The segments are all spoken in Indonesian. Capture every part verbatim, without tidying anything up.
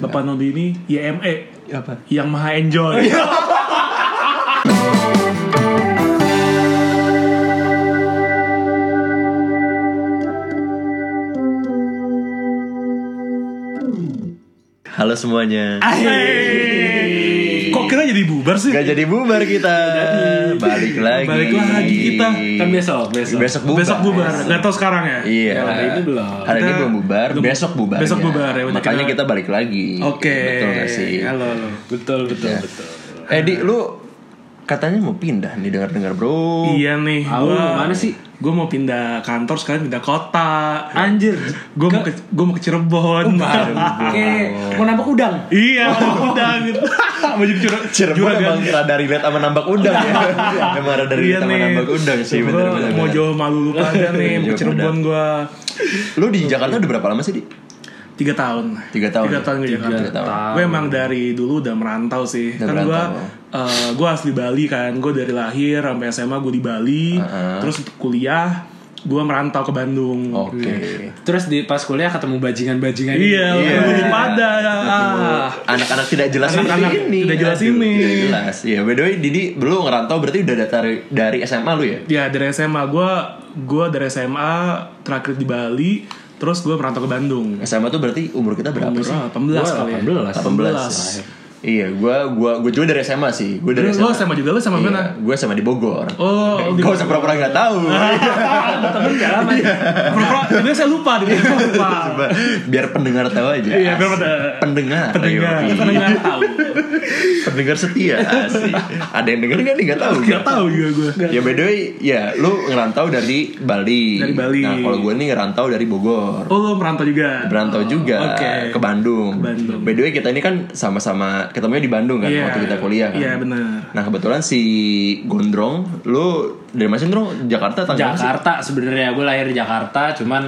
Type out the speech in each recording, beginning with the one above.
Bapak Nodi ini Y M E. Apa? Yang maha enjoy. Halo semuanya. Hey. Kok kira jadi bubar sih? Gak jadi bubar kita. Balik lagi. Balik lagi kita. Kan besok, besok. Besok bubar. Besok bubar. Gak tau sekarang ya? Iya. Ya, hari ini belum. Hari ini Kita belum bubar. belum- Besok bubar. besok bubar, ya, Makanya kita- kita balik lagi. Oke. Betul gak sih? Halo, halo. Betul, betul, Ya. betul. Eh Di, lu katanya mau pindah nih, dengar-dengar bro. Iya nih. Tahu gua- mana sih? Gue mau pindah kantor, sekarang pindah kota. Anjir. Gue mau ke gue mau ke Cirebon. Oke, mau nambah udang. Iya, udah gitu. Mau jadi jura- Cirebon juragan. emang rada relate sama nambak udang ya. Emang rada relate Iya sama nih. nambak udang sih. Gua Bener-bener. mau jauh malu lupa aja nih. Mau Jauh ke Cirebon udah. gue. Lu di Jakarta udah berapa lama sih, Di? Tiga tahun. Tiga tahun. Tiga tahun di Tiga Jakarta. tahun. Gue emang dari dulu udah merantau sih. Udah kan gue merantau. uh, gue asli Bali kan. Gue dari lahir sampai S M A gue di Bali. Uh-uh. Terus untuk kuliah gue merantau ke Bandung. Oke. Terus di pas kuliah ketemu bajingan-bajingan Iya, Iya. belum pada. Ah. Anak-anak tidak jelas Anak-anak seperti ini. tidak jelas Aduh, ini. Tidak jelas. Iya, by the way, Didi belum ngerantau berarti udah dari dari S M A lu ya? Ya dari S M A gue gue dari S M A terakhir di Bali. Terus gue merantau ke Bandung. S M A tuh berarti umur kita berapa Umur sih? delapan belas Gua kali ya. delapan belas. delapan belas. Iya, gua gua gua juga dari S M A sih. Gua dari Lu S M A. S M A juga, lu sama mana? Gua sama di Bogor. Oh, di Gua usah pura-pura enggak tahu. temen jalan aja. Pura-pura, sebenarnya saya lupa di lupa. Coba biar pendengar tahu aja. Iya, biar pada pendengar. pendengar, Ayo. pendengar tahu. Pendengar setia. Asik. Ada yang denger enggak nih? Enggak tahu. Gak tahu juga gue. Ya by the way, ya lu ngerantau dari Bali. Dari Bali. Nah, kalau gue nih ngerantau dari Bogor. Oh, lu merantau juga? Berantau juga Oke. ke Bandung. Ke Bandung. By the way, kita ini kan sama-sama ketemunya di Bandung kan Iya. waktu kita kuliah kan. Iya, benar. Nah, kebetulan si Gondrong, lu dari mana sih, Gondrong? Jakarta, Tangerang sih? Jakarta sebenarnya gue lahir di Jakarta, cuman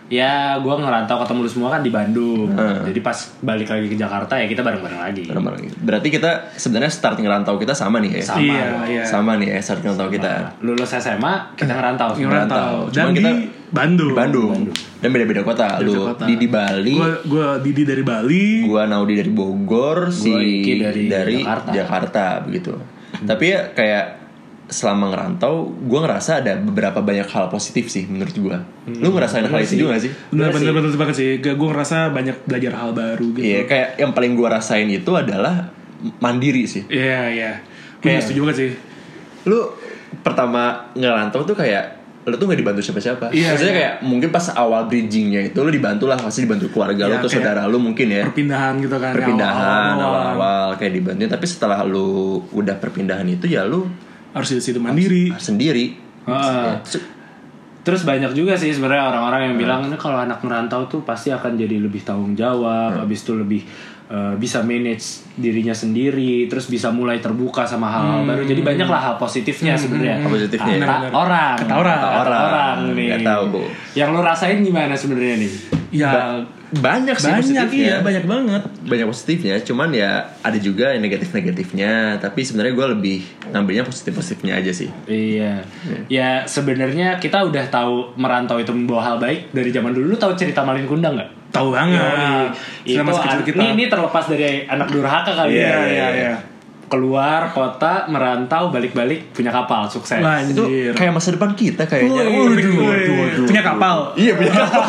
ya gue ngerantau ketemu lu semua kan di Bandung. Hmm. Jadi pas balik lagi ke Jakarta ya kita bareng-bareng lagi. Bareng-bareng. Berarti kita sebenarnya start ngerantau kita sama nih ya. Sama. Iya, dong. iya. Sama nih ya start ngerantau kita. Lulus S M A kita ngerantau. Ngerantau. Ngerantau. Dan Cuman di kita Bandung. Di Bandung. Dan beda-beda kota. Lu kota. di di Bali, Gue gue Didi dari Bali. gua Naudi dari Bogor, si Iki dari Jakarta. Jakarta. begitu. Tapi ya kayak selama ngerantau, gue ngerasa ada beberapa banyak hal positif sih menurut gue. Lu ngerasain hal itu juga gak sih? Bener Iya bener sih. bener banget sih. Gue ngerasa banyak belajar hal baru gitu. Iya, kayak yang paling gue rasain itu adalah mandiri sih. Iya iya. Gue Kayak- setuju banget sih. Lu pertama ngerantau tuh kayak lu tuh gak dibantu siapa-siapa. Iya, Maksudnya iya. kayak mungkin pas awal bridgingnya itu lu dibantu lah, pasti dibantu keluarga Iya, lu atau kayak saudara lu mungkin ya. Perpindahan gitu kan. Perpindahan awal-awal. awal-awal kayak dibantuin, tapi setelah lu udah perpindahan itu ya lu Harus di situ mandiri. harus sendiri. Heeh. Ya, Terus banyak juga sih sebenarnya orang-orang yang bilang ini kalau anak merantau tuh pasti akan jadi lebih tanggung jawab, habis itu lebih uh, bisa manage dirinya sendiri, terus bisa mulai terbuka sama hal-hal baru. Jadi banyak lah hal positifnya sebenarnya. Hal positifnya. Kata Benar-benar. orang, Kata orang. Kata Kata orang. orang nih. Nggak tahu. Yang lo rasain gimana sebenarnya nih? Ya Ba- banyak sih banyak positifnya. iya banyak banget. Banyak positifnya, cuman ya ada juga yang negatif-negatifnya. Tapi sebenarnya gue lebih ngambilnya positif-positifnya aja sih. Iya. Ya sebenarnya kita udah tahu merantau itu membawa hal baik dari zaman dulu. Lu tahu cerita Malin Kundang nggak? Tahu banget. Itu Selama sekecil an- kita. ini, ini terlepas dari anak durhaka kali Iya, ya. iya, iya. Keluar kota, merantau, balik-balik punya kapal sukses. Wah, Itu anjir. kayak masa depan kita kayaknya. Waduh, waduh, waduh. Punya kapal. Iya punya kapal.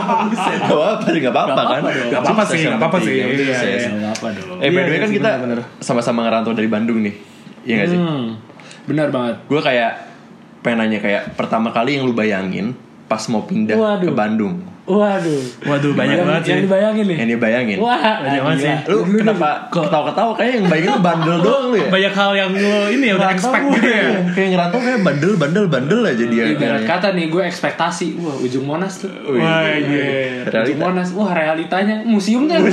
Gak apa-apa, gak apa-apa kan. Gak apa-apa sih, gak apa-apa sih. Yang penting Iya, sukses. iya. Nggak apa dong. Eh by the way Iya kan sih, kita bener-bener. sama-sama ngerantau dari Bandung nih. Iya gak sih? Hmm, benar banget. Gue kayak pengen nanya kayak pertama kali yang lu bayangin pas mau pindah Waduh. ke Bandung. Waduh. Waduh, banyak yang, banget sih. Yang dibayangin nih. Yang dibayangin. Wah, Banyak banget gila. sih. Lu kenapa ketawa-ketawa kayak yang bayangin lu bandel doang lu ya? Banyak hal yang lo ini ya udah Ngerantau expect gue. gitu ya. Kayak ngerantau kayak bandel bandel bandel aja dia. Ibarat kata nih gue ekspektasi, wah ujung Monas tuh. Wih. Wah, iya. Ujung Realita. Monas, wah realitanya museum kan.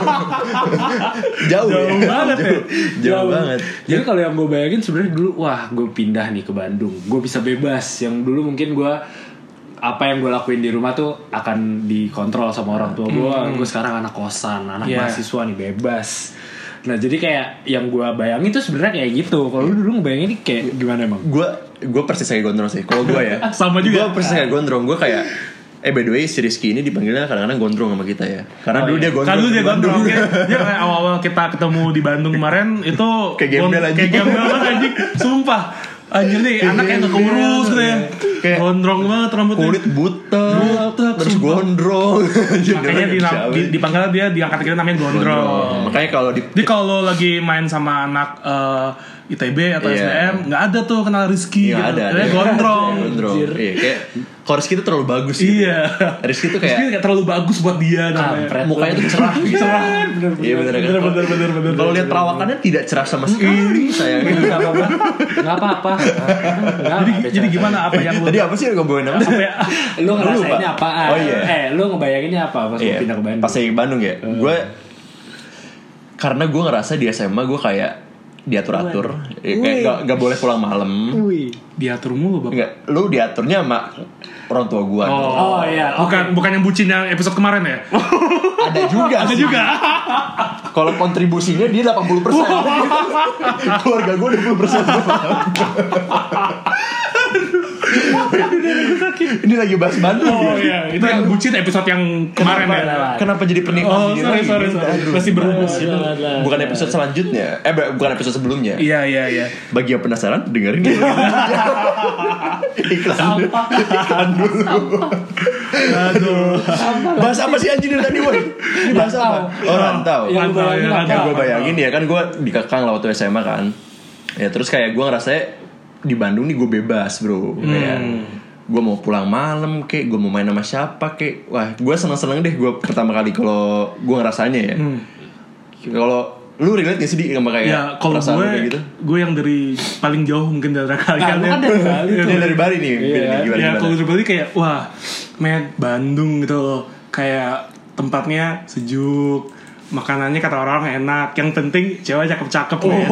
Jauh, Jauh ya? banget ya. Jauh, jauh banget. Jadi kalau yang gue bayangin sebenarnya dulu, wah gue pindah nih ke Bandung, gue bisa bebas. Yang dulu mungkin gue apa yang gue lakuin di rumah tuh akan dikontrol sama orang tua gue. Hmm. Gue sekarang anak kosan, anak Yeah. mahasiswa nih bebas. Nah jadi kayak yang gue bayangin tuh sebenarnya kayak gitu. Kalau lu dulu ngebayangin ini kayak gimana emang? Gue gue persis kayak gondrong sih. Kalau gue ya, Sama juga. Gue persis kayak gondrong. Gue kayak Eh by the way si Rizky ini dipanggilnya kadang-kadang gondrong sama kita ya. Karena Oh, dulu iya. dia gondrong. Kan dulu dia di Bandung. gondrong ya. Dia kayak awal-awal kita ketemu di Bandung kemarin itu Kayak gembel gon- anjing. Kayak gembel banget anjing. Sumpah. Anjir nih anak yang gak keurus gitu ya. Kayak Gondrong banget rambutnya. Kulit butek, Butek, terus sumpah. gondrong. Makanya di, di, dipanggil dia diangkat kita namanya gondrong. Gondrong. Makanya kalau di Jadi kalau lagi main sama anak eh, I T B atau Iya. S D M nggak ada tuh kenal Rizky Nggak gitu. ada, Dia dia- gondrong. gondrong. Iya, kayak kalau Rizky itu terlalu bagus gitu. Iya. Rizky tuh Rizky kayak kayak terlalu bagus buat dia namanya. Kampret. mukanya tuh cerah gitu. Cerah, bener Iya bener kan. Bener, bener, bener, bener, Kalau lihat perawakannya tidak cerah sama sekali sayangnya. Nggak apa-apa. Nggak apa-apa. Nggak, Jadi nggak jadi bicara. gimana apa yang lu Tadi apa sih yang ngomongin apa? apa ya? Lu ngerasainnya Lu lupa? apaan? Oh, iya. Eh, lu ngebayanginnya apa pas lu Iya, pindah ke Bandung? pas lagi ke Bandung ya, gue karena gue ngerasa di S M A gue kayak diatur-atur, ya, kayak gak, gak boleh pulang malam, Wih. Diatur mulu bapak. nggak, lu diaturnya sama orang tua gue. Oh, iya, Bukan bukan yang bucin yang episode kemarin ya? Ada juga, Ada sih. juga. Kalau kontribusinya dia delapan puluh persen, keluarga gue dua puluh persen. Ini lagi bahas Bandung. Oh ya? iya, itu yang bucin episode yang kemarin ya. Kenapa jadi penikmat Oh, gini sorry, lagi? sorry, sorry. Aduh. Masih berhubung. Bukan episode selanjutnya, eh bukan episode sebelumnya. Iya iya iya. Bagi yang penasaran, dengerin dulu. Iklan dulu. Iklan dulu. Aduh. Bahas apa sih anjing dari tadi, woy? Ini bahas apa? Oh, rantau. Yang lu bayangin Rantau, apa? Yang gue bayangin ya kan gue dikekang lah waktu S M A kan. Ya terus kayak gue ngerasa di Bandung nih gue bebas bro. Kayak gue mau pulang malam kek, gue mau main sama siapa kek. Wah gue seneng-seneng deh gue pertama kali kalau gue ngerasanya ya. Kalau lu relate gak sih di sama kayak Ya kalau perasaan lu gue, kayak gitu? gue yang dari paling jauh mungkin dari kalian Nah, lu ya. kan dari Bali Iya, Ini dari Bali nih, Iya, gimana, kan? gimana, Ya gimana? kalau dari Bali kayak wah, men Bandung gitu loh. Kayak tempatnya sejuk, makanannya kata orang enak. Yang penting cewek cakep-cakep men.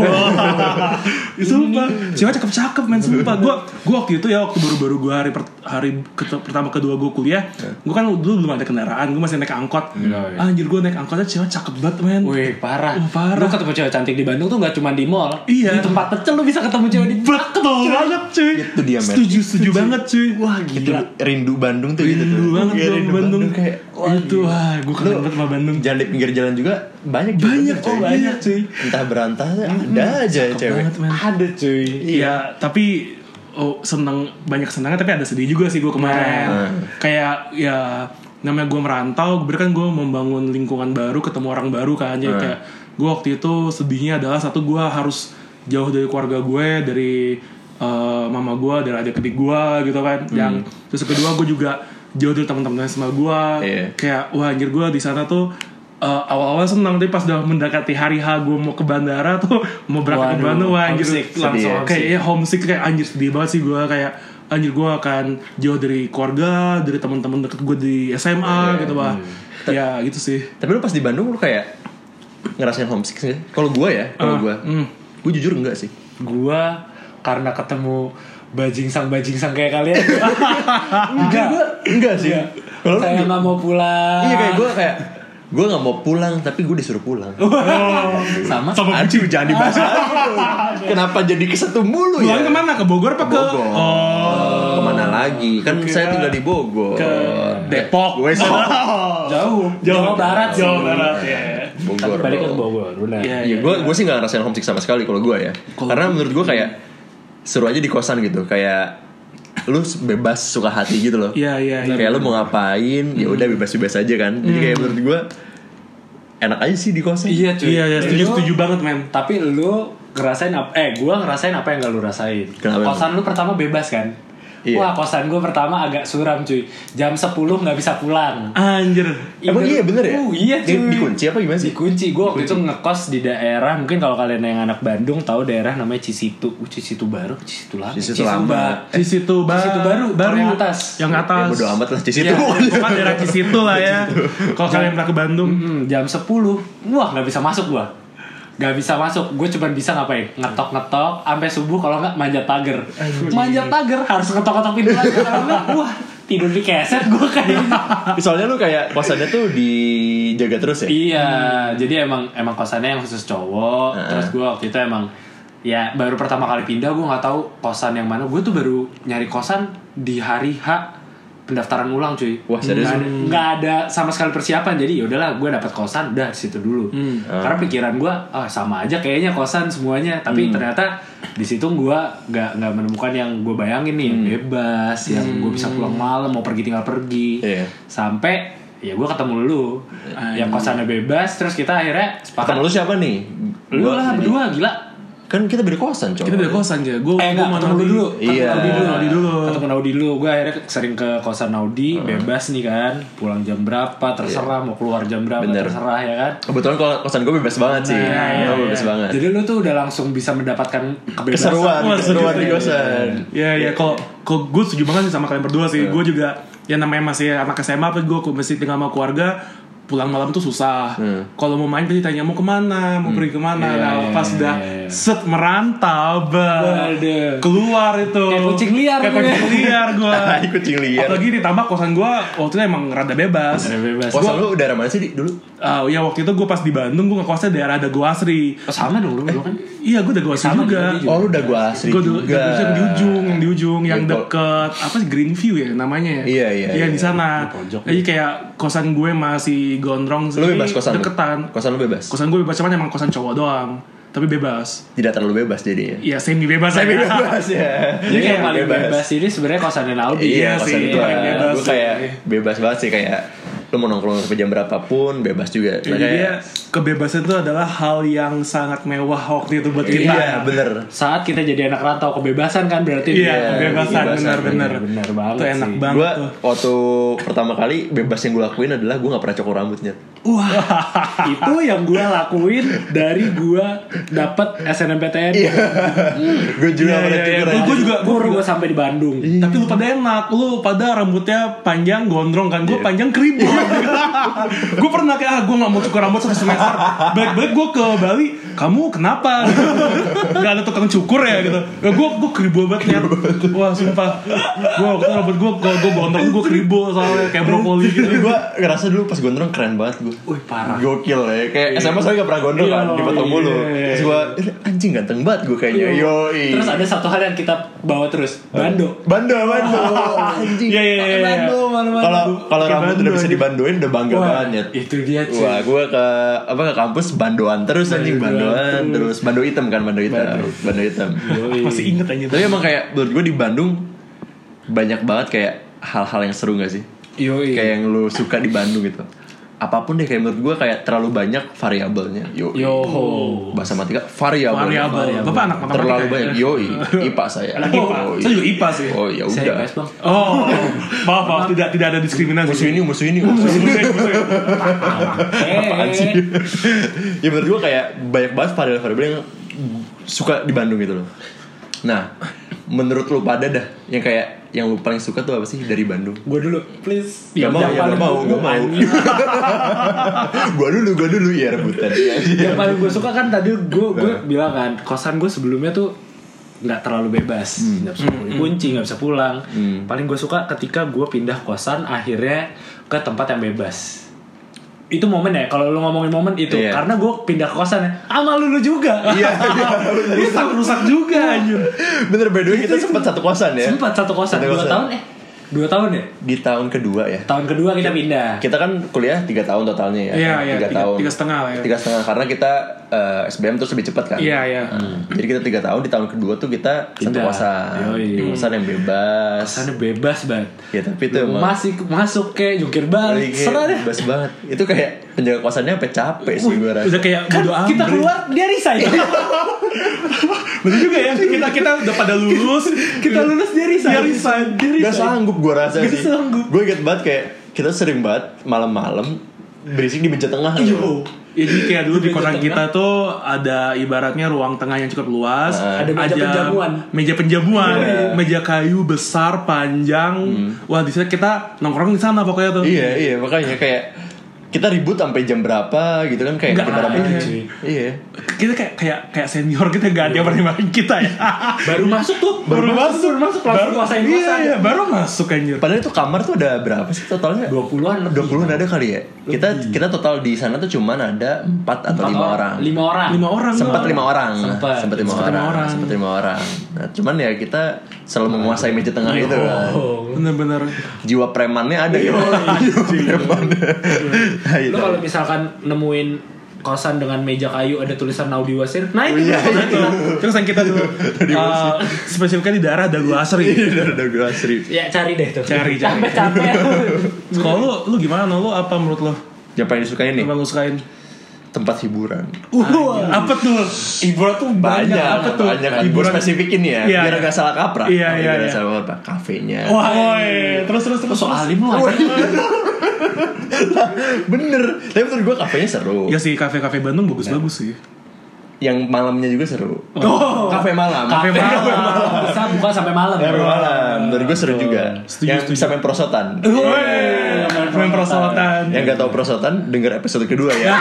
Sumpah, cewek cakep-cakep men sumpah. Gue gue waktu itu ya waktu baru-baru gue hari per- hari ke- pertama kedua gue kuliah, gue kan dulu belum ada kendaraan, gue masih naik angkot. iya. Anjir gue naik angkotnya cewek cakep banget men. Wih, parah. Wah, parah. Lu ketemu cewek cantik di Bandung tuh gak cuma di mall. Iya. Di tempat pecel lu bisa ketemu cewek di Betul banget cuy. Itu dia, men. Setuju setuju banget cuy. Wah Itu gila. rindu Bandung tuh gitu tuh. Rindu banget Iya, gua rindu sama Bandung. kayak wah, Itu wah gue kangen Lu- banget sama Bandung. Jalan di pinggir jalan juga banyak juga Banyak tuh, oh cuy. banyak cuy. Entah berantah ada aja Cakep cewek. banget men. Ada cuy. Iya tapi oh seneng banyak senangnya tapi ada sedih juga sih gue kemarin. Nah. Kayak ya namanya gue merantau, gue kan gue membangun lingkungan baru, ketemu orang baru kan. Jadi Nah. kayak gue waktu itu sedihnya adalah satu gue harus jauh dari keluarga gue, dari eh, mama gue, dari adik-adik gue gitu kan. Yang terus kedua gue juga jauh dari teman-teman sama gue. Iya. Kayak wah anjir gue di sana tuh uh, awal-awal senang, tapi pas udah mendekati hari H gue mau ke bandara tuh mau berangkat ke Waduh, Bandung wah anjir homesick, langsung sedih ya. kayak ya homesick kayak anjir sedih banget sih gue kayak anjir gue akan jauh dari keluarga, dari teman-teman deket gue di S M A Iya. gitu bah. Ya gitu sih. Tapi lu pas di Bandung lu kayak ngerasain homesick sih? Kalau gue ya, kalau Ah, gue, hmm. gue jujur enggak sih. Gua karena ketemu bajing sang bajing sang kayak kalian. Enggak. Enggak sih. Kalau lu Saya nggak mau pulang. iya kayak gue kayak gue nggak mau pulang tapi gue disuruh pulang. Sama. Sama Aduh jangan dibahas lagi. Kenapa jadi ke satu mulu ya? Pulang kemana? Ke Bogor apa ke? Bogor. Oh, Kemana lagi? Kan Oke. saya tinggal di Bogor. ke Depok. Gue sih Jauh. Jawa Barat sih. Jawa Barat ya. Bogor. Balik ke dong. Bogor, benar. Iya. Iya, gue gue sih nggak ngerasain homesick sama sekali kalau gue ya. Kalau Karena gue- menurut gue kayak seru aja di kosan gitu. Kayak lu bebas suka hati gitu loh. Iya iya iya. Kayak lu mau ngapain, ya udah bebas-bebas aja kan. Jadi kayak menurut gue enak aja sih di kosan. Iya cuy. Iya iya setuju Lu- setuju banget men. Tapi lu ngerasain apa? Eh, gua ngerasain apa yang gak lu rasain. Kenapa? Kosan lu pertama bebas kan? Iya. Wah, kosan gua pertama agak suram cuy. Jam sepuluh nggak bisa pulang. Anjir. Emang iya bener ya? Uh, iya cuy. Di- dikunci apa gimana sih? Dikunci. Gue waktu itu ngekos di daerah, mungkin kalau kalian yang anak Bandung tahu daerah namanya Cisitu. Uh, Cisitu baru, Cisitu lama. Cisitu lama. Di situ ba- Cisitu baru, baru yang atas. Yang Ya atas. bodo amat lah di situ. Ya, bukan daerah Cisitu lah ya. Kalau kalian pernah ke Bandung, Mm, jam sepuluh. Wah, nggak bisa masuk gua. Gak bisa masuk, gue cuma bisa ngapain? Ngetok-ngetok sampai subuh, kalau nggak manjat pagar. Manjat pagar harus ngetok-ngetok pintu lagi. Kalau nggak, wah tidur di keset gue kayaknya. Soalnya lu kayak kosannya tuh dijaga terus ya? Iya, jadi emang emang kosannya yang khusus cowok. Heeh. Terus gue waktu itu emang ya baru pertama kali pindah, gue nggak tahu kosan yang mana. Gue tuh baru nyari kosan di hari H pendaftaran ulang cuy. Wah, serius? Nggak ada, nggak ada sama sekali persiapan, jadi yaudahlah gue dapat kosan udah di situ dulu. Hmm. Karena pikiran gue ah sama aja kayaknya kosan semuanya, tapi Hmm. ternyata di situ gue nggak nggak menemukan yang gue bayangin nih, yang Hmm. bebas, yang gue bisa pulang malam mau pergi tinggal pergi. Iya. Sampai ya gue ketemu lu yang kosannya bebas, terus kita akhirnya sepakat. Ketemu lu siapa nih? Lu Gua- lah berdua gila. Kan kita beda kosan, coy. Kita beda kosan aja. Gue Eh enggak, mau ketemu lu dulu. Iya. Ketemu Naudi dulu. Naudi dulu. Ketemu Naudi dulu. Gue akhirnya sering ke kosan Naudi, bebas nih kan. Pulang jam berapa terserah, mau keluar jam berapa Bener. terserah ya kan. Kebetulan kalau kosan gue bebas banget sih. Nah, iya, Gue iya. bebas banget. Jadi lu tuh udah langsung bisa mendapatkan kebebasan. Keseruan, Wah, keseruan setuju, di kosan. Ya ya kalau kalau gue setuju banget sih sama kalian berdua sih. Gue juga ya namanya masih anak S M A, apa gue masih tinggal sama keluarga. Pulang malam tuh susah. Hmm. Kalau mau main pasti tanya mau kemana, mau pergi kemana. Iya, Nah, iya, pas iya, udah iya. set merantau, bah, Waduh. keluar itu. Kayak kucing liar Kayak gue. kucing liar gue. Tai kucing liar. Apalagi ditambah kosan gue waktu itu emang rada bebas. Ada bebas. Kosan lu daerah mana sih Di, dulu? Ah, ya waktu itu gue pas di Bandung gue ngekosnya daerah Dago Asri. Oh, sama dong lu lu kan. Iya gue Dago Asri Sama juga. juga, dia Oh, lu udah gua asri Gue juga. yang di ujung, yang di ujung, yang Ya, kok- deket apa sih Greenview ya namanya ya? Iya, iya, Iya iya. di sana. Di pojok. Jadi kayak kosan gue masih gondrong sih. Lu bebas kosan lu? Deketan. Kosan lu bebas? Kosan gue bebas, cuman emang kosan cowok doang. Tapi bebas. Tidak terlalu bebas jadi ya. Iya semi bebas. Semi aja. bebas ya. Jadi yang paling bebas. ini sebenarnya kosannya Naudi. Iya Iya, kosan sih, itu paling bebas gue kayak sih. bebas banget sih, kayak lu mau nongkrong sampai jam berapapun bebas juga. Jadi Nah, kayak dia kebebasan itu adalah hal yang sangat mewah waktu itu buat kita. iya, bener. Saat kita jadi anak rantau kebebasan kan berarti. Iya, Iya, kebebasan kebebasan, benar-benar. benar banget Itu enak sih. banget Gue tuh. waktu pertama kali bebas yang gue lakuin adalah gue gak pernah cukur rambutnya. Wah, itu yang gue lakuin dari gue dapet S N M P T N. Gue juga Iya, gak pernah iya, cukur iya. aja. Gue juga, gue Gue gue sampai di Bandung. Tapi lu pada enak, lu pada rambutnya panjang gondrong kan, gue Iya. panjang keribu. Gue pernah kayak ah gue nggak mau cukur rambut satu semester. Balik-balik gue ke Bali, kamu kenapa? Gak ada tukang cukur ya gitu. Ya, gue gue keribu banget ya. Wah sumpah, gue waktu itu rambut gue gue gue gondrong gue keribu soalnya kayak brokoli gitu. Tapi gue ngerasa dulu pas gondrong keren banget gue. Wih parah. Gokil ya. Kayak S M A soalnya gak pernah gondrong Iya, kan, dipotong mulu. iya. Terus gue, anjing ganteng banget gue kayaknya. Yoi. Terus ada satu hal yang kita bawa terus, bando. Bando, bando. Anjing. Iya iya iya. Bando malam-malam. Kalau kalau Pakai rambut bando udah bisa aja. dibandoin udah bangga Wah, banget. itu dia cuy. Wah, gue ke apa ke kampus bandoan terus anjing, Bandoan bandoan terus. Bando hitam kan, bando hitam. Bando. Bando hitam. Masih inget aja. Tapi emang kayak menurut gue di Bandung banyak banget kayak hal-hal yang seru gak sih? Yoi. Kayak yang lu suka di Bandung gitu. Apapun deh, kayak menurut gue kayak terlalu banyak variabelnya. Yo. Yoho. Bahasa matematika variabel. Variabel. Bapak anak matematika. Terlalu ya? banyak. Yoi, I P A saya. Anak I P A. Oh, Saya juga I P A sih. Oh, ya Saya udah. I P S bang. Oh, maaf maaf tidak tidak ada diskriminasi. Musuh ini, musuh ini. Musuh ini. Apaan sih? Eh, Ya menurut gue kayak banyak banget variabel-variabel yang suka di Bandung gitu loh. Nah, menurut lu pada dah yang kayak yang lu paling suka tuh apa sih dari Bandung? gue dulu, please. Gak mau, Yang ya paling gak mau, gua- gak mau. Gua dulu, gua dulu ya rebutan. Yang paling gue suka kan tadi gue gue bilang kan kosan gue sebelumnya tuh nggak terlalu bebas, nggak bisa kunci, nggak bisa pulang. Hmm. Paling gue suka ketika gue pindah kosan akhirnya ke tempat yang bebas. Itu momen ya, kalau lu ngomongin momen itu, Iya. karena gue pindah ke kosan ya, sama lu juga. Iya, rusak rusak juga anjir. bener, by the way kita sempat satu kosan ya. Sempat satu kosan Satu dua kosan. tahun eh dua tahun ya. Di tahun kedua ya. Tahun kedua kita pindah. Kita kan kuliah tiga tahun totalnya ya. Iya, iya, tiga tiga- tahun. tiga setengah lah ya. Tiga setengah karena kita eh, S B M terus lebih cepat kan. Iya iya. Hmm. Jadi kita tiga tahun, di tahun kedua tuh kita satu Pindah. kosan. Yoi. Di kosan yang bebas. Kosannya bebas banget. Ya tapi itu Lu emang masih masuk kayak jungkir balik, kayak serah deh. bebas banget. Itu kayak penjaga kosannya sampai capek sih gue rasa. Udah kayak Kan bodo amat. kita keluar dia resign. Bener juga ya. Kita kita udah pada lulus. Kita lulus dia resign. Dia resign. Dia Gak resign. sanggup gue rasa Gak sih. sanggup. Gue inget banget kayak kita sering banget malam-malam berisik di meja tengah. Yo. Ya, jadi kayak dulu di Meja kosan tengah. kita tuh ada ibaratnya ruang tengah yang cukup luas, Nah, ada meja penjamuan. meja penjamuan, Iya. meja kayu besar panjang. Wah di sana kita nongkrong di sana pokoknya tuh. Iya iya makanya kayak kita ribut sampai jam berapa gitu kan kayak Nggak kita ada, cuy. Iya. Kita kayak kayak kayak senior kita gak ada yang pertimbangan kita ya. Baru masuk tuh, Baru masuk, baru masuk langsung kuasain Iya, kosan. iya, baru masuk anjir. Padahal itu kamar tuh ada berapa sih totalnya? dua puluhan lebih. dua puluhan ada kali ya. Kita kita total di sana tuh cuman ada empat atau lima orang. Lima orang. Lima orang. Sempat doang. lima orang. Sempat. Sempat lima Sempat lima orang. orang. Sempat lima orang. Nah, cuman ya kita selalu menguasai meja tengah itu kan. Oh. Bener-bener. Jiwa premannya ada gitu. Jiwa premannya. Nah, Lu itu. kalau misalkan nemuin kosan dengan meja kayu ada tulisan Naudi Wasir, nah itu Iya, kosan iya. kita. Terus yang kita tuh uh, spesifiknya di daerah Dagu Asri. Udah udah gue asri. Ya cari deh tuh. Cari, cari. Sampai capek. Kalau lu, lu gimana? Lu apa menurut lu? Yang paling disukain nih Apa lu sukain? tempat hiburan. Uh, apa tuh? Hiburan tuh Banyak, apa tuh? banyak kan. Gue Hiburan. spesifikin ya, Iya, biar iya. gak salah kaprah. Iya, iya, Biar iya. gak salah kaprah. Kafenya. Wah, woi. Terus terus terus. so alim lu aja. Bener. Tapi menurut gue kafenya seru. Ya sih kafe-kafe Bandung bagus-bagus sih. Yang malamnya juga seru. Oh. Kafe malam. Kafe malam. malam. Bisa buka sampai malam. Kafe malam. Menurut gue seru juga. Setuju, yang setuju. bisa main prosotan. Woi, main prosotan. Yang gak tahu prosotan, denger episode kedua ya.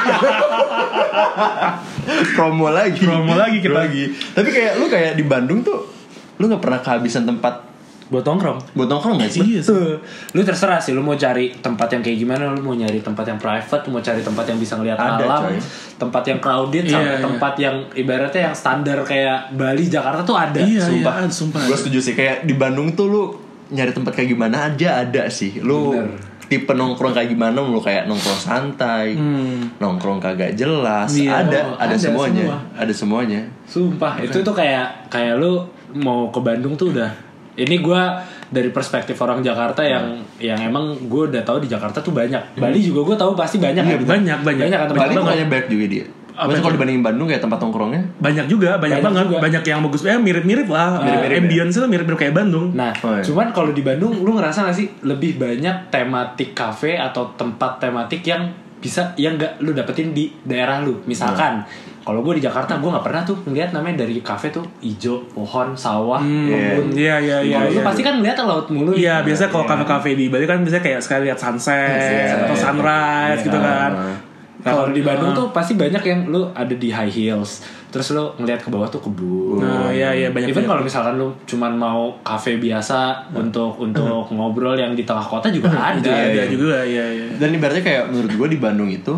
Promo lagi. Promo lagi kita. Promo lagi. Tapi kayak lu kayak di Bandung tuh, lu gak pernah kehabisan tempat Buat nongkrong. buat nongkrong gak sih? Iya sih. Lu terserah sih, lu mau cari tempat yang kayak gimana, lu mau nyari tempat yang private, lu mau cari tempat yang bisa ngeliat Ada, alam, coy. tempat yang crowded, Iya, sampai iya. tempat yang ibaratnya yang standar kayak Bali, Jakarta tuh ada. Iya, sumpah. iya, sumpah. Gue setuju sih, kayak di Bandung tuh lu nyari tempat kayak gimana aja ada sih. Lu Bener. tipe nongkrong kayak gimana, lu kayak nongkrong santai, Hmm. nongkrong kagak jelas, Iya. ada, Oh, ada, ada semuanya, semua. ada semuanya. Sumpah, itu tuh kayak kayak lu mau ke Bandung tuh udah. Ini gue dari perspektif orang Jakarta yang yang emang gue udah tahu di Jakarta tuh banyak. Bali juga gue tahu pasti banyak. Iya, kan? banyak, banyak. Banyak kan tempat Bali tuh nongkrong. kayaknya banyak juga dia. Apa Maksudnya itu? kalau dibandingin Bandung kayak tempat nongkrongnya, Banyak juga, banyak, Banyak banget. juga. Banyak yang bagus. Ya mirip-mirip lah. Mirip-mirip ya? Ambience itu mirip-mirip kayak Bandung. Nah, Oh, iya. cuman kalau di Bandung lu ngerasa gak sih lebih banyak tematik cafe atau tempat tematik yang bisa yang gak lu dapetin di daerah lu. Misalkan kalau gue di Jakarta gue nggak pernah tuh ngeliat namanya dari cafe tuh hijau, pohon, sawah, Hmm, kebun. iya, iya, iya. Kalau lu iya. pasti kan ngeliat laut mulu. Iya, biasa kalau Iya. kafe-kafe di Bali kan biasanya kayak sekali lihat sunset Sunset. atau sunrise Iya. gitu kan. Nah, kalau di Bandung Ah. tuh pasti banyak yang lu ada di high heels, terus lu ngeliat ke bawah tuh kebun. Nah, iya iya banyak. Even banyak. kalau misalkan lu cuman mau kafe biasa untuk untuk ngobrol yang di tengah kota juga ada. ada, ada iya. juga, iya iya. dan ibaratnya kayak menurut gue di Bandung itu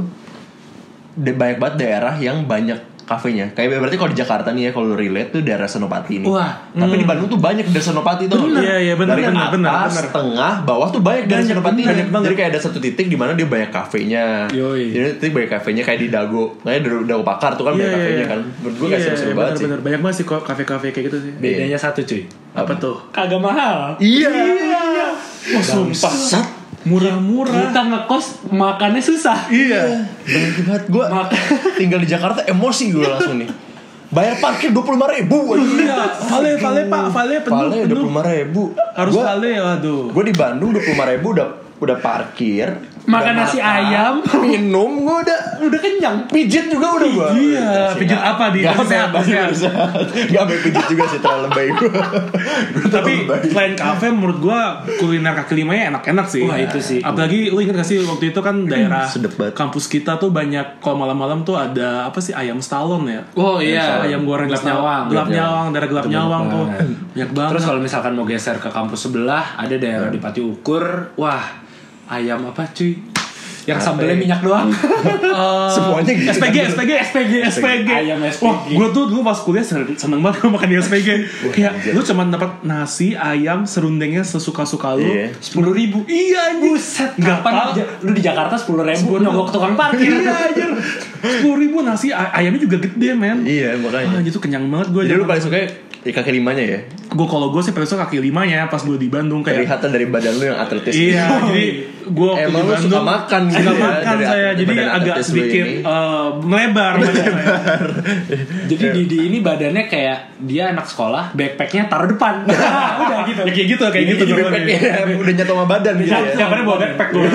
de- banyak banget daerah yang banyak kafenya. Kayak berarti kalau di Jakarta nih ya, kalau lu relate tuh daerah Senopati nih. Wah, tapi di Bandung tuh banyak daerah Senopati tuh. Bener. Iya, iya, bener, Dari bener, atas, bener, bener. tengah, bawah tuh banyak daerah Banyak, Senopati. banyak banget. Jadi kayak ada satu titik di mana dia banyak kafenya. Yoi. Jadi titik banyak kafenya kayak di Dago. Kayak di Dago Pakar tuh kan banyak kafenya kan. Menurut gue kayak Iya, seru-seru iya, banget bener, sih. bener. Banyak banget sih kok kafe-kafe kayak gitu sih. Bedanya satu cuy. Apa tuh? Kagak mahal. Iya. Wah, sumpah. Sat. Murah-murah. Kita ngekos makannya susah. Iya. Banyak banget gue. Tinggal di Jakarta emosi gue langsung nih. Bayar parkir dua puluh lima ribu. Iya, vale, vale Pak, vale penuh, Vale dua penuh. puluh lima ribu. Harus vale, waduh. Gue di Bandung dua puluh lima ribu udah udah parkir, Makan udah nasi makan, ayam. minum, gue udah Udah kenyang. pijit juga udah gue. Iya, pijit apa di Gak sehat, sehat. Gak sampai pijit juga sih, terlalu lebay gue. Tapi selain kafe menurut gua kuliner kaki lima nya enak-enak sih. Wah, itu sih. Apalagi lu ingat gak sih waktu itu kan daerah sedep banget. kampus kita tuh banyak kalau malam-malam tuh ada apa sih ayam stalon ya. Oh iya. Ayam goreng gelap stalon. nyawang. Gelap nyawang, daerah gelap nyawang tuh. banget. Banyak banget. Terus kalau misalkan mau geser ke kampus sebelah, ada daerah di Pati Ukur. Wah, ayam apa cuy? Yang sambelnya minyak doang. Eh, Semuanya gitu. S P G, S P G, S P G, S P G. Ayam S P G. Wah, gue tuh dulu pas kuliah seneng seneng banget makan di S P G. Kayak lu cuma dapat nasi, ayam, serundengnya sesuka-suka lu. Iya. Sepuluh ribu. Iya anjing. Buset, Nggak kapan tahu. aja- lu di Jakarta sepuluh ribu nyogok tukang parkir. Iya anjir. Sepuluh ribu nasi, ay- ayamnya juga gede men. Iya makanya. Ah, gitu kenyang banget gue. Jadi lu paling suka ya kaki limanya ya? Gue kalau gue sih paling suka kaki limanya pas gue di Bandung kayak. Kelihatan dari badan lu yang atletis. Iya, jadi gue waktu Emang di lu Bandung suka makan gitu suka ya, makan dari saya, atlet- jadi badan agak atletis lu sedikit ini. eh, melebar. badan saya. Jadi Didi ini badannya kayak dia anak sekolah, backpacknya taruh depan. Udah gitu. Ya kayak gitu, kayak gitu. Jadi gue backpacknya udah nyatu sama badan gitu ya. Yang mana bawa backpack gue.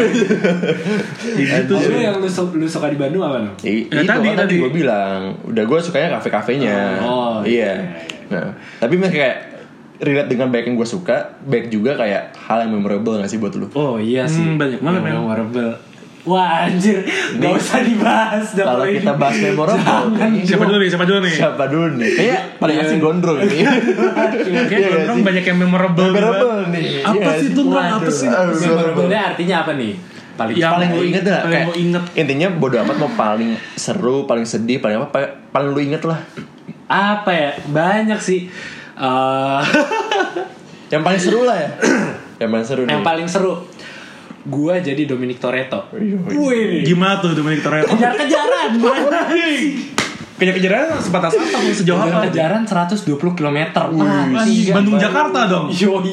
Gitu Lu sih. yang lu, su- lu suka di Bandung apa lu? I, Ya, itu tadi, kan tadi tadi. gue bilang, udah gue sukanya kafe-kafenya. Oh, iya. iya. Nah, tapi masih kayak relate dengan baik yang gue suka, baik juga kayak hal yang memorable gak sih buat lu? Oh iya sih. Hmm, banyak banget, Yang men. memorable. Wah anjir, gak usah dibahas dah. Kalau kita bahas memorable nih, Siapa dulu nih? Siapa dulu nih? siapa dulu nih? Kayak paling asing gondrong ini. Kayak Iya gondrong sih? banyak yang memorable. Memorable nih. Apa Iya sih itu? Ndrong? Apa sih? Memorable-nya artinya apa nih? Paling Yang Paling lu inget dah paling kayak lu inget. intinya bodo amat mau paling seru, paling sedih, paling apa pa- paling lu inget lah. apa ya? Banyak sih. Eh, Yang paling seru lah ya. Yang paling seru nih. yang paling seru. Gua jadi Dominic Toretto. Wih. Gimana tuh Dominic Toretto? Kejar-kejaran. Kejar-kejaran sebatas apa? Sejauh apa? Kejar-kejaran seratus dua puluh kilometer. Anjing, Bandung Jakarta dong. Yoi.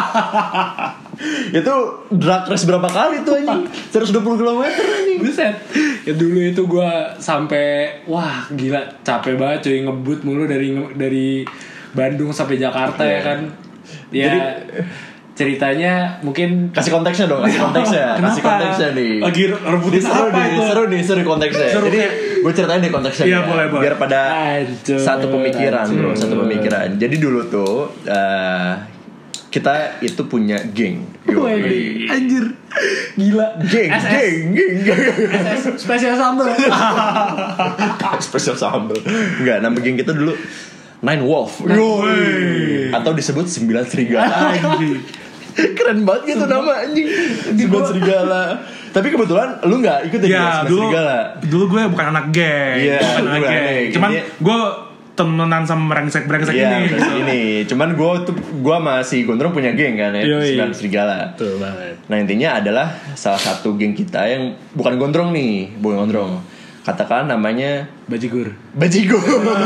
Itu drag race berapa kali tuh anjing? seratus dua puluh kilometer anjing. Buset. Ya dulu itu gue sampai wah gila capek banget cuy ngebut mulu dari dari Bandung sampai Jakarta ya kan. Ya Jadi, ceritanya mungkin Kasih konteksnya dong, kasih konteksnya, kasih Kenapa? konteksnya nih. Lagi rebutin Ini seru apa nih, itu? seru nih, seru konteksnya. Seru. Jadi gue ceritain deh konteksnya Iya, ya, boleh, boleh. biar pada Hancur, satu pemikiran bro, hancur. satu pemikiran. Jadi dulu tuh eh, kita itu punya geng, Yo, Wih, anjir gila geng, S S. geng, geng, geng. Spesial sambal. Spesial sambal. Enggak, nama geng kita dulu Nine Wolf. Woi. Atau disebut Sembilan Serigala. Anjing. Keren banget gitu nama anjing. Sembilan Serigala. Tapi kebetulan lu gak ikut ya Ya Sembilan dulu Serigala. dulu gue bukan anak geng, Iya, bukan lu anak bukan geng. anak. Cuman Ini- gue temenan sama brengsek-brengsek Iya, ini. bener ini. Cuman gue tuh gue masih Gondrong punya geng kan ya, Yoi. Sembilan Serigala. Betul banget. Nah intinya adalah salah satu geng kita yang bukan Gondrong nih, bukan Gondrong. Katakan namanya Bajigur. Bajigur.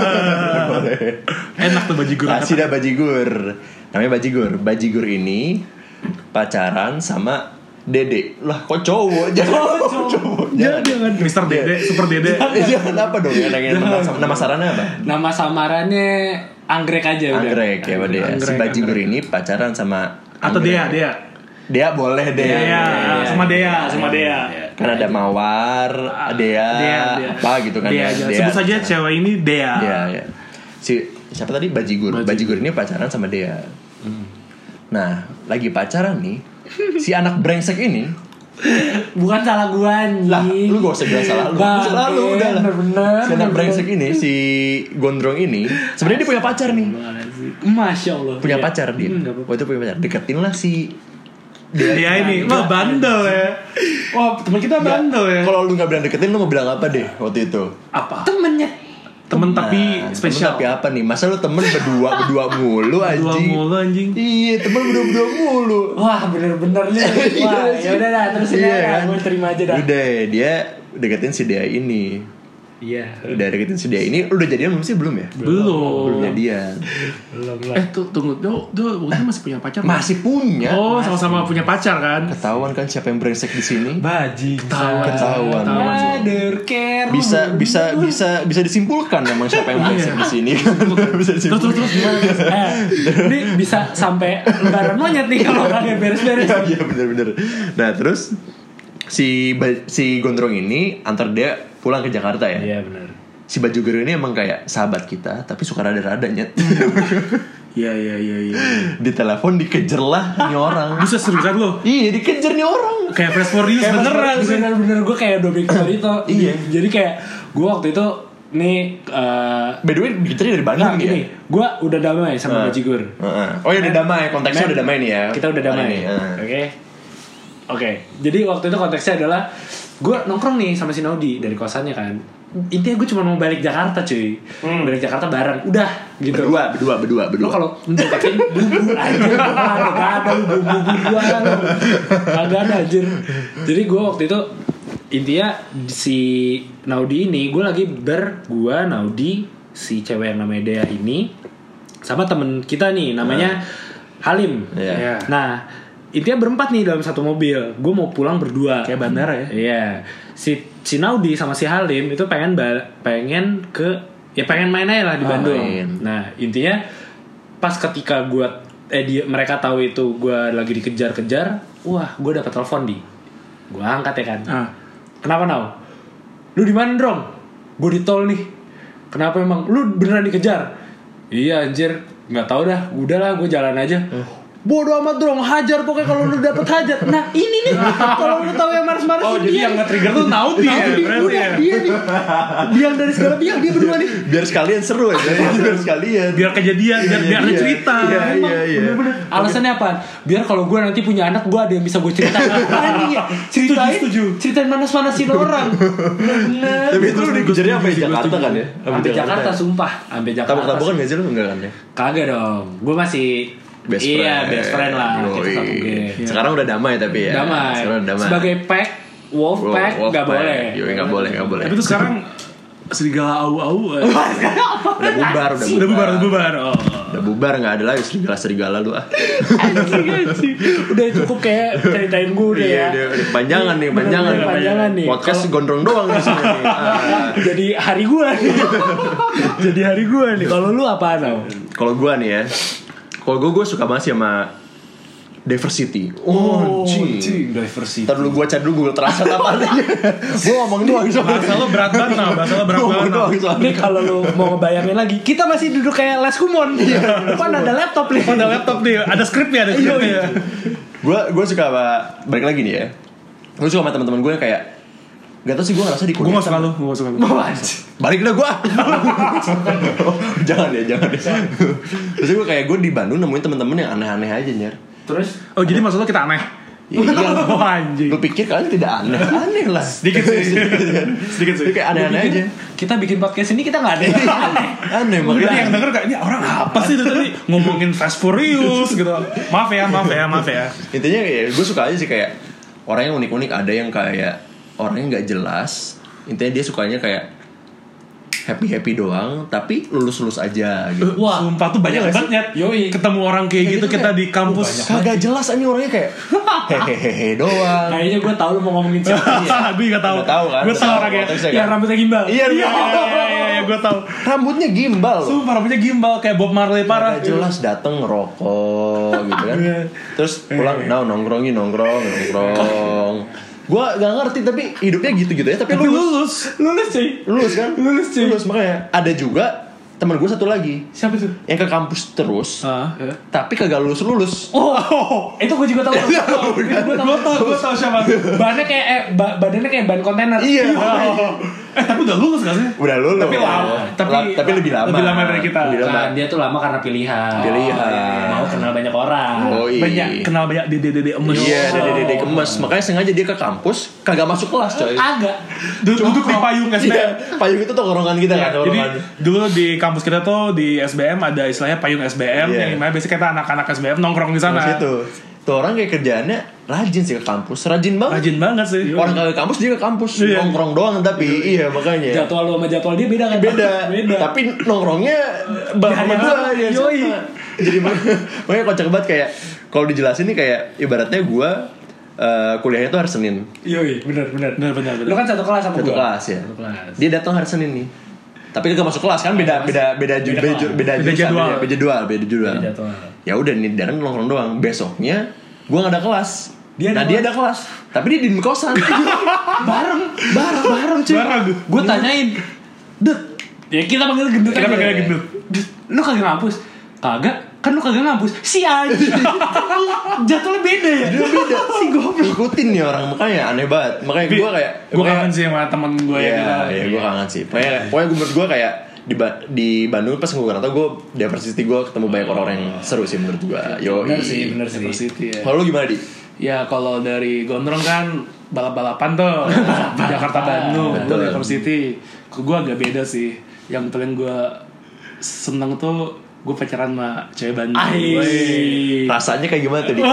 Enak tuh bajigur. Kasih dah Bajigur. Namanya Bajigur. Bajigur ini pacaran sama Dede. Lah kok cowok? Jangan cowok. Jangan. Jangan Mister Dede, Super Dede. Jangan apa dong ya? Nama, nama sarannya apa? Nama samarannya Anggrek aja udah. Anggrek ya, Pak Dea. Si Anggrek, Bajigur ini pacaran sama Atau Anggrek. Dea, Dea. Dea boleh Dea. Dea, sama Dea, sama Dea. Kan ada Mawar, Dea, Dea, Dea. apa gitu kan Dea ya. aja. Sebut saja cewek ini Dea. Dea ya. Si siapa tadi Bajigur. Bajigur ini pacaran sama Dea. Nah, lagi pacaran nih. Si anak brengsek ini, Bukan salah gua anjing. lah lu gak usah bilang salah lu. Bang, Salah lu udah lah. bener-bener, Si anak bener-bener. brengsek ini, si gondrong ini, sebenarnya dia punya pacar nih. Masya Allah. Punya Iya. pacar dia. Hmm, nggak apa-apa. Waktu itu punya pacar. Deketin lah si Dia ini, wah bandel ya. Wah teman kita bandel ya. Kalau lu gak bilang deketin, lu mau bilang apa deh waktu itu? Apa? Temennya. Temen tapi Nah, spesial. temen tapi apa nih? Masa lu temen berdua berdua mulu Dua anjing? mulu anjing. Iya, temen berdua berdua mulu. Wah bener-bener nih. Wah ya udah dah terus Iya ya kan? gue terima aja dah. Udah, dia deketin si Dea ini. Iya. Udah deketin si Dea ini. Udah jadian belum sih? Belum ya? Belum. Belum jadian. Belum lah. Eh tuh tunggu, do, do, waktu itu masih punya pacar. Masih punya. Oh sama-sama punya pacar kan? Ketahuan kan siapa yang brengsek di sini? Baji. Ketahuan. Mother care. Bisa bisa bisa bisa disimpulkan memang siapa yang brengsek di sini. Bisa Terus terus disimpulkan. terus gimana? Eh, ini bisa sampai lebaran monyet nih kalau kagak beres-beres. Iya bener-bener. Nah terus si ba- si gondrong ini antar dia pulang ke Jakarta ya. Iya benar. Si Bajigur ini emang kayak sahabat kita, tapi suka rada-rada nyet. Iya iya iya iya. Di telepon dikejar lah nih orang. Bisa seriusan lo? Iya dikejar nih orang. Kayak Fast for You beneran sih. Bener-bener gue kayak Dominic Toretto. Iya. Jadi kayak gue waktu itu nih eh By the way dikejar dari Bandung nah, nih ya. gini, gue udah damai sama Nah. Bajigur. Heeh. Oh ya udah damai, konteksnya Men, udah damai nih ya. Kita udah damai. Hari ini, Oke. heeh. Oke. Jadi waktu itu konteksnya adalah gue nongkrong nih sama si Naudi dari kosannya kan. Intinya gue cuma mau balik Jakarta cuy. Balik Jakarta bareng. Udah gitu. Berdua, berdua, berdua, Lo berdua. kalau mendeketin bumbu anjir gak ada, gak ada lu bumbu gua lu. Kagak ada anjir. Jadi gue waktu itu intinya si Naudi ini gue lagi ber gua Naudi si cewek yang namanya Dea ini sama temen kita nih namanya Halim. Iya. Iya. Nah intinya berempat nih dalam satu mobil. Gue mau pulang berdua. Kayak bandara ya. Iya. Si si Naudi sama si Halim itu pengen ba- pengen ke ya pengen main aja lah di Oh, Bandung. main. Nah intinya pas ketika gue eh dia, mereka tahu itu gue lagi dikejar-kejar, wah gue dapat telepon di, gue angkat ya kan. Ah. Kenapa Nau? Lu di mana Drong? Gue di tol nih. Kenapa emang? Lu beneran dikejar? Iya anjir, nggak tahu dah. Udahlah gue jalan aja. bodo amat dong, hajar pokoknya kalau lu dapet hajar. Nah ini nih, kalau lu tahu yang manis-manis Oh jadi yang nge-trigger tuh Naudi ya? Berarti udah ya? dia nih, biang dari segala biang dia berdua nih. Biar sekalian seru aja, biar sekalian. Biar kejadian, biar, biar ada Iya. cerita. Iya, iya, iya. Bener-bener. Alasannya apa? Biar kalau gue nanti punya anak, gue ada yang bisa gue ceritain. Anjing ya, ceritain, Setuju, ceritain manas-manasin orang. Bener-bener. Tapi itu lu dikejarnya sampai Jakarta kan ya? Sampai Jakarta sumpah, sampai Jakarta. Tabok-tabokan gak sih lu? Enggak kan ya? Kagak dong, gue masih Best iya friend. best friend lah. Yoi. Kita satu geng. Sekarang udah damai tapi ya. Damai. Sekarang udah damai. Sebagai pack, wolf Wolf- pack wolf nggak pack. boleh. Yoi, nggak boleh, nggak boleh. Tapi tuh sekarang serigala au-au eh. Udah bubar, udah Udah bubar, udah bubar. Oh. Udah bubar, nggak ada lagi serigala-serigala lu ah. Anjing, anjing. Udah cukup kayak ceritain gue udah Iya, ya. udah, udah panjangan nih, panjangan. Bener-bener panjangan nih. Podcast gondrong doang di sini nih. Ah. Jadi hari gue nih. Jadi hari gue nih. Kalau lu apa tau? Kalau gua nih ya, kalau gua gua suka banget sih sama diversity. Oh, anjing. diversity. Ntar dulu gua cari dulu Google Translate apa adanya. Gua ngomong doang soalnya. Bahasa lo berat banget nah, bahasa lo berat Gua ngomong banget. doang Nih soalnya. kalau lu mau ngebayangin lagi, kita masih duduk kayak les kumon. Depan ada laptop nih. Ada laptop nih, ada skripnya, ada skripnya. Gua gua suka sama balik lagi nih ya. Gua suka sama teman-teman gue yang kayak gak tau sih gue ngerasa di Gue gak suka lo, gue gak suka lo. balik dah gue. Jangan ya, jangan ya. Terus gue kayak gue di Bandung nemuin teman-teman yang aneh-aneh aja nyer. Terus Oh jadi maksud lo kita aneh? Ya, iya. Oh anjing. Lu pikir kalian tidak aneh? Aneh lah. Sedikit sih. Sedikit sih. Itu kayak aneh-aneh aja. kita bikin podcast ini kita nggak ada yang aneh. Aneh Jadi makanya. yang denger kayak ini orang apa sih itu tadi ngomongin Fast Furious gitu. Maaf ya, maaf ya, maaf ya. Intinya kayak gue suka aja sih kayak orang yang unik-unik, ada yang kayak orangnya nggak jelas. Intinya dia sukanya kayak happy-happy doang, tapi lulus-lulus aja gitu. Wah, Sumpah tuh banyak iya banget ya. Yoi. Ketemu orang kayak, Kayak gitu, gitu kita kayak, di kampus. Kagak jelas aja orangnya kayak hehehe doang. Kayaknya gue tahu lu mau ngomongin siapa. Gue gak tahu. Udah tahu kan? Gue Udah tahu tahu orangnya. konteksnya Yang kan? rambutnya gimbal. Iya, Iya, iya, iya, gue tahu. Rambutnya gimbal loh. Sumpah rambutnya gimbal kayak Bob Marley parah. Gak jelas dateng ngerokok gitu kan. Terus pulang, nah nongkrongin nongkrong nongkrong. Gue gak ngerti tapi hidupnya gitu-gitu ya. Tapi Tapi lulus, lulus. Lulus cuy. lulus kan? Lulus, cuy. Lulus makanya. Ada juga teman gue satu lagi Siapa tuh? yang ke kampus terus, Ah. tapi kagak lulus lulus. Oh, itu gue juga tahu. Gue tahu, Gue tahu, gue tahu siapa. Bahannya kayak eh, ba- badannya kayak ban kontainer. Iya. Eh tapi udah lulus gak sih? Udah lulus. Tapi lama. Tapi, La- tapi lebih lama. Lebih lama dari kita. Lebih lama. Kan dia tuh lama karena pilihan. Pilihan. Mau kenal banyak orang. Oh iya. Banyak kenal banyak dede-dede emes. Iya, dede-dede kemes. Makanya sengaja dia ke kampus kagak masuk kelas, coy. Agak. Du- Duduk di payung S B M. Iya, payung itu tuh korongan kita kan, Jadi korongan. dulu di kampus kita tuh di S B M ada istilahnya payung S B M Iya. yang dimana biasanya kita anak-anak S B M nongkrong di sana. Nah, situ. Tuh orang kayak kerjaannya rajin sih ke kampus, rajin banget. Rajin banget sih. Orang kagak ke kampus dia ke kampus, Iya. nongkrong doang tapi iya makanya. Jadwal lu sama jadwal dia beda kan? Beda. Beda. Tapi nongkrongnya bareng Hari sama yang gua sama. dia Yoi. sama. Jadi mak- makanya kocak banget kayak kalau dijelasin nih kayak ibaratnya gua eh, kuliahnya tuh hari Senin. Yoi, benar benar. Benar benar Lu benar. kan satu kelas sama Satu gua. kelas ya. Satu kelas. Dia datang hari Senin nih. Tapi kagak masuk kelas kan beda beda beda ju- Beda beda kelas. ju- beda Beda jurusan, jadwal. beda jadwal, beda jadwal. Beda jadwal. Ya udah nih Darren nongkrong doang. Besoknya gua nggak ada kelas. Dia nah ada dia ada kelas, tapi dia di kosan. Bareng, bareng, bareng cuy. Bareng. Gue tanyain, Dut, ya kita panggil gendut Kita aja. panggilnya gendut. Dut, lu kagak ngampus? Kagak, kan lu kagak ngampus. Si anjing. Jadwalnya beda ya. Dia beda. Si goblok. Ikutin nih orang makanya aneh banget. Makanya gua kayak Gue kangen sih sama temen gue ya. Iya, iya gue kangen sih. Pokoknya, pokoknya menurut gue kayak di ba- di Bandung pas gue ngerasa gue diversity gue ketemu banyak orang yang seru sih menurut gue. Yo, Bener sih, bener sih. University ya. Kalau lu gimana di? Ya kalau dari Gondrong kan balap-balapan tuh Jakarta Bandung, Betul. gue University. Gue agak beda sih. Yang paling gue seneng tuh gue pacaran sama cewek Bandung. Ai. Wey. Rasanya kayak gimana tadi?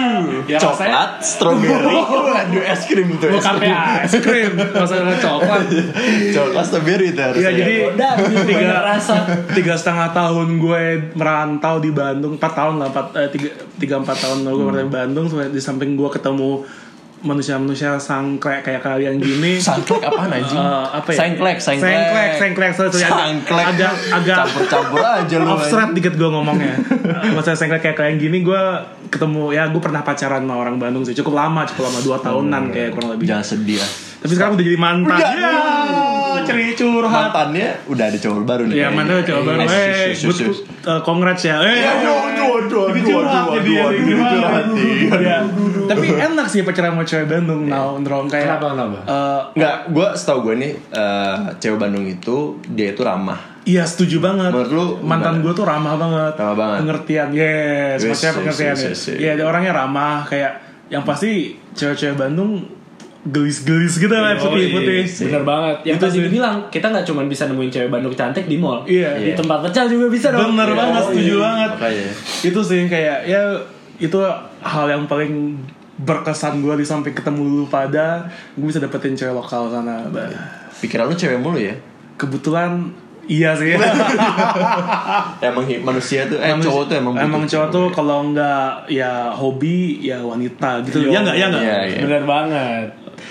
Ya, Coklat, strawberry, waduh es krim tuh. Bukan kayak es krim, masalah coklat. Coklat strawberry tuh harusnya. Iya jadi Udah, tiga rasa. tiga setengah tahun gue merantau di Bandung, empat tahun lah, empat eh, tiga tiga empat tahun gue merantau di Bandung. Di samping gue ketemu manusia-manusia sangklek kayak kalian gini. Sangklek apaan anjing? Eh, apa ya? Sangklek, sangklek. Sangklek, sangklek. Sorry, sorry, agak- Sangklek. agak agak Campur-campur aja lu. off thread dikit gue ngomongnya. Masalah sangklek kayak kalian gini gue ketemu ya gue pernah pacaran sama orang Bandung sih cukup lama, cukup lama dua tahunan kayak kurang lebih. Jangan sedih ya. Tapi sekarang udah jadi mantan. Udah. Ya, ceri curhat. Mantannya udah ada cowok baru nih. Ya mana cowok baru. Eh, Eh, sus, sus, good sus. uh, congrats ya. Eh, Aduh, aduh, aduh, Jadi aduh, curhat aduh, jadi aduh, jadi aduh, gimana? curhat nih. Ya. Tapi enak sih pacaran sama cewek Bandung. Nah, Ndrong kayak Kenapa, kenapa? eh, Enggak, gue setahu gue nih eh, cewek Bandung itu dia itu ramah. Iya setuju banget. Menurut lu mantan gimana? gue tuh ramah banget. Ramah banget. Pengertian, yes, Yes, maksudnya yes, pengertian yes, ya. yes, yes. Iya, dia orangnya ramah kayak yang pasti cewek-cewek Bandung gelis-gelis gitu lah, putih-putih. Bener banget. Yang Itu tadi sih. dibilang kita nggak cuma bisa nemuin cewek Bandung cantik di mall. Iya. Di tempat pecal juga bisa dong. Bener Iya. banget, setuju Iya. banget. Makanya. Itu sih kayak ya itu hal yang paling berkesan gue di samping ketemu lu pada gue bisa dapetin cewek lokal sana. Bah, Pikiran lu cewek mulu ya? kebetulan iya sih. Emang hi- manusia tuh, eh cowok tuh emang emang butuh cowok tuh kalau enggak ya hobi ya wanita gitu. Ya enggak, ya enggak. Iya, iya. Bener banget.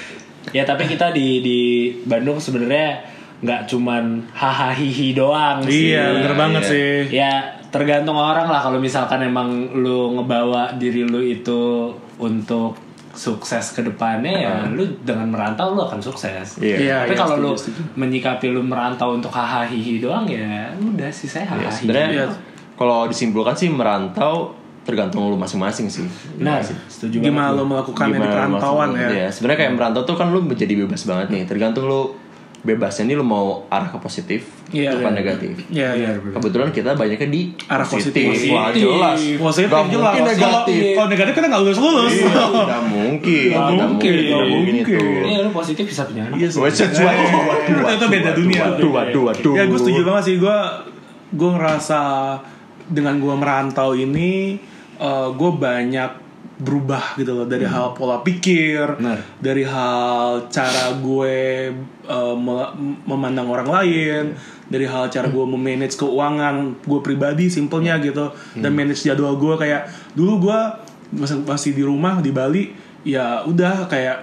Ya tapi kita di di Bandung sebenarnya nggak cuman hahaha hihi doang sih. Iya, bener Iya, banget iya. sih. Ya tergantung orang lah kalau misalkan emang lu ngebawa diri lu itu untuk sukses ke depannya ya lu dengan merantau lu akan sukses. Iya. Iya, Tapi iya, kalau lu setuju, setuju. menyikapi lu merantau untuk hahaha hihi doang ya udah sih saya Iya, hahaha. sebenarnya Iya. kalau disimpulkan sih merantau tergantung lu masing-masing sih. Nah, Iya sih. setuju Gimana banget. lo melakukan di Gimana perantauan maksudnya? ya? Iya, sebenarnya kayak merantau tuh kan lu menjadi bebas banget nih. Tergantung lu bebasnya nih lu mau arah ke positif Iya, atau iya. negatif. Iya, iya. Kebetulan kita banyaknya di Arah positif. Wah, jelas. Positif Gak jelas. mungkin negatif. Kalau- Kalau negatif kita nggak lulus lulus. Iya, Nggak mungkin. Nggak Nggak mungkin, nggak Nggak mungkin. itu. Iya lu positif bisa punya anak. Iya sih. Wah, waduh, waduh, waduh, Itu beda waduh, dunia. Waduh, waduh, waduh. Ya gue setuju banget sih. Gue gue ngerasa dengan gue merantau ini gue banyak berubah gitu loh dari hal pola pikir, Benar. dari hal cara gue uh, me- memandang orang lain, dari hal cara gue memanage keuangan gue pribadi simpelnya gitu, dan manage jadwal gue kayak dulu gue masih masih di rumah di Bali ya udah kayak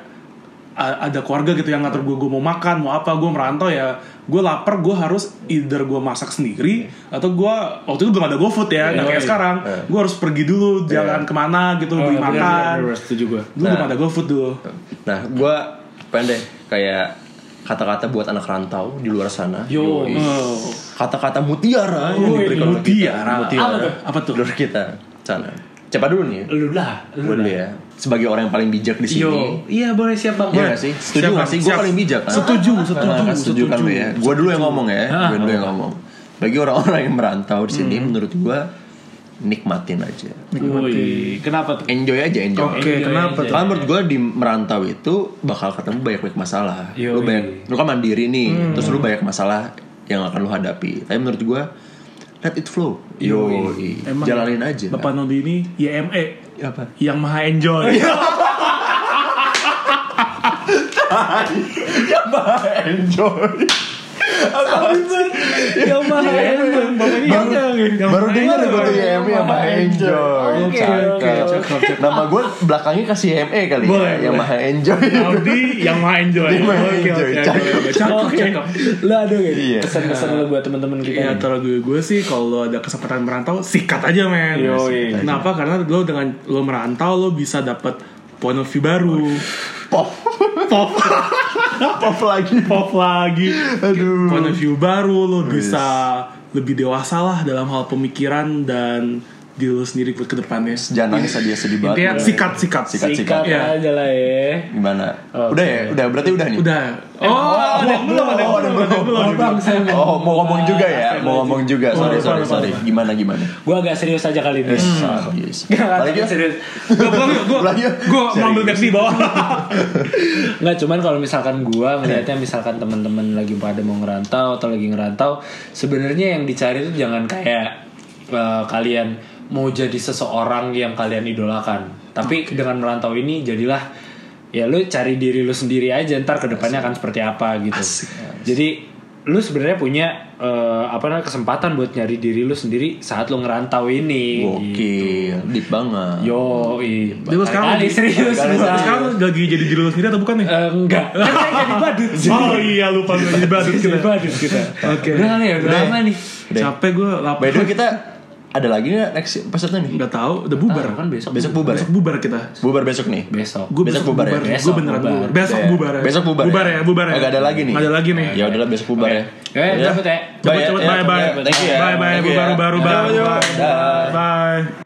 a- ada keluarga gitu yang ngatur gue gue mau makan mau apa, gue merantau ya gue lapar gue harus either gue masak sendiri atau gue waktu itu belum ada GoFood ya nggak kayak iya. sekarang gue harus pergi dulu jalan kemana gitu Oh, beli bener, makan bener, bener, setuju gue. dulu belum ada GoFood dulu. Nah, gue pengen deh kayak kata-kata buat anak rantau di luar sana. Yo. Yoi. Oh. Kata-kata mutiara yang Oh, diberikan oleh mutiara. kita. Mutiara. Apa tuh? Apa tuh? Luar kita sana. Siapa dulu nih? Lu lah, lu Gue dulu ya. Sebagai orang yang paling bijak di sini. Yo, iya boleh siap bang. Iya Boleh. gak sih? Setuju Siapa? gak sih? Gue Siap. paling bijak kan? Setuju, setuju, Ah, kan setuju kan lu setuju. ya? Gue dulu yang ngomong ya. Ah. Gue dulu yang ngomong. Bagi orang-orang yang merantau di sini, menurut gue nikmatin aja. Wih, kenapa tuh? Enjoy aja, enjoy. Oke, Enjoy kenapa aja. tuh? Karena menurut gue di merantau itu bakal ketemu banyak-banyak masalah. Yoi. Lu banyak, lu kan mandiri nih, terus lu banyak masalah yang akan lu hadapi. Tapi menurut gue, let it flow. Yo, Emang jalanin aja. Bapak Nodi ini Y M E Apa? yang maha enjoy. Yang maha enjoy. yang maha enjoy. Bapaknya Baru denger gue tuh Y M E yang maha enjoy. Oke, Cakep. oke, cakep. Nama gue belakangnya kasih Y M E kali Boleh, ya. Yang boleh. maha enjoy. Nodi yang maha enjoy. Dia maha Oke, enjoy. oke, Cakep. oke. Cakep, Oke. cakep. Lu ada gak Iya. pesan-pesan lu buat teman-teman kita? Ya nih? kalau gue gue sih kalau ada kesempatan merantau sikat aja men. Yoi. Kenapa? Karena lo dengan lo merantau lo bisa dapat point of view baru. Pop. Pop, Pop lagi. pop lagi. Aduh. Point of view baru lo bisa lebih dewasa lah dalam hal pemikiran dan diri lo sendiri buat kedepannya. Jangan nangis aja sedih banget. Intinya sikat sikat Sikat, Sikat Iya. aja lah ya. Gimana? Oke. Udah ya? Udah, berarti udah nih? Udah. Oh, ada yang belum, ada yang belum, ada yang belum. Oh, bang, saya Oh, mau. mau ngomong juga ya? Mau ngomong juga. Sorry, sorry, sorry. Gimana, gimana? Gue agak serius aja kali ini. Yes, yes. Gak Balik yuk. serius. Gue pulang yuk, gue Pulang yuk. gue mau ambil back di bawah. Nggak, cuman kalau misalkan gue ngelihatnya misalkan teman-teman lagi pada mau ngerantau atau lagi ngerantau, sebenarnya yang dicari itu jangan kayak eh, kalian mau jadi seseorang yang kalian idolakan, tapi dengan merantau ini jadilah ya lu cari diri lu sendiri aja, ntar kedepannya akan seperti apa gitu. Jadi lu sebenarnya punya eh, apa namanya kesempatan buat nyari diri lu sendiri saat lu ngerantau ini. Oke, deep banget. Yo, Jadi lu sekarang kali lagi- serius. Lu gua. sekarang lagi jadi diri lu sendiri atau bukan nih? Eh, enggak, kan saya jadi badut. Oh iya lupa gue jadi badut Jadi kita. badut kita. Oke. Udah kali ya, udah Udah. lama nih. Udah. Capek gue lapar. By the way, kita ada lagi nggak next episode nih? Nggak tahu, udah bubar Tahu kan besok. Besok bubar. Besok ya? bubar kita. Bubar besok nih. Besok. Gue Besok besok bubar bubar, ya? gue Besok beneran bubar. bubar. Besok Ya. bubar ya. Besok bubar. Bubar ya, bubar ya. Oh, nggak ada lagi nih. Nggak ada lagi nih. Ya udahlah besok bubar ya. Eh, Ya. cepet ya. Cepet Bye ya, cepet ya, bye bye. Thank you ya. Bye bye Thank you bubar ya. bubar Yo, bubar. yo. Bye. Dah. Bye.